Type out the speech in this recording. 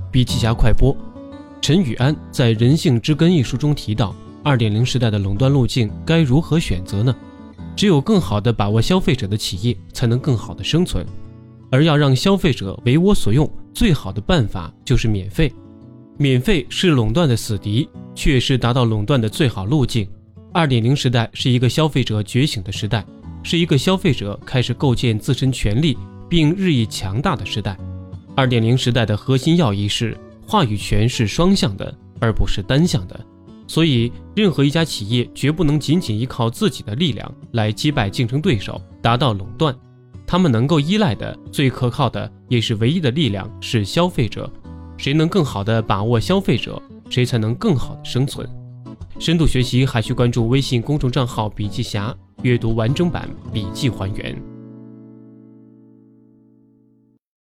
笔记侠快播。陈宇安在《人性之根》一书中提到，2.0时代的垄断路径该如何选择呢？只有更好地把握消费者的企业，才能更好地生存。而要让消费者为我所用，最好的办法就是免费。免费是垄断的死敌，却是达到垄断的最好路径。2.0时代是一个消费者觉醒的时代，是一个消费者开始构建自身权利并日益强大的时代。2.0时代的核心要义是，话语权是双向的，而不是单向的。所以，任何一家企业绝不能仅仅依靠自己的力量来击败竞争对手，达到垄断。他们能够依赖的、最可靠的，也是唯一的力量是消费者。谁能更好地把握消费者，谁才能更好地生存。深度学习还需关注微信公众账号笔记侠，阅读完整版笔记还原。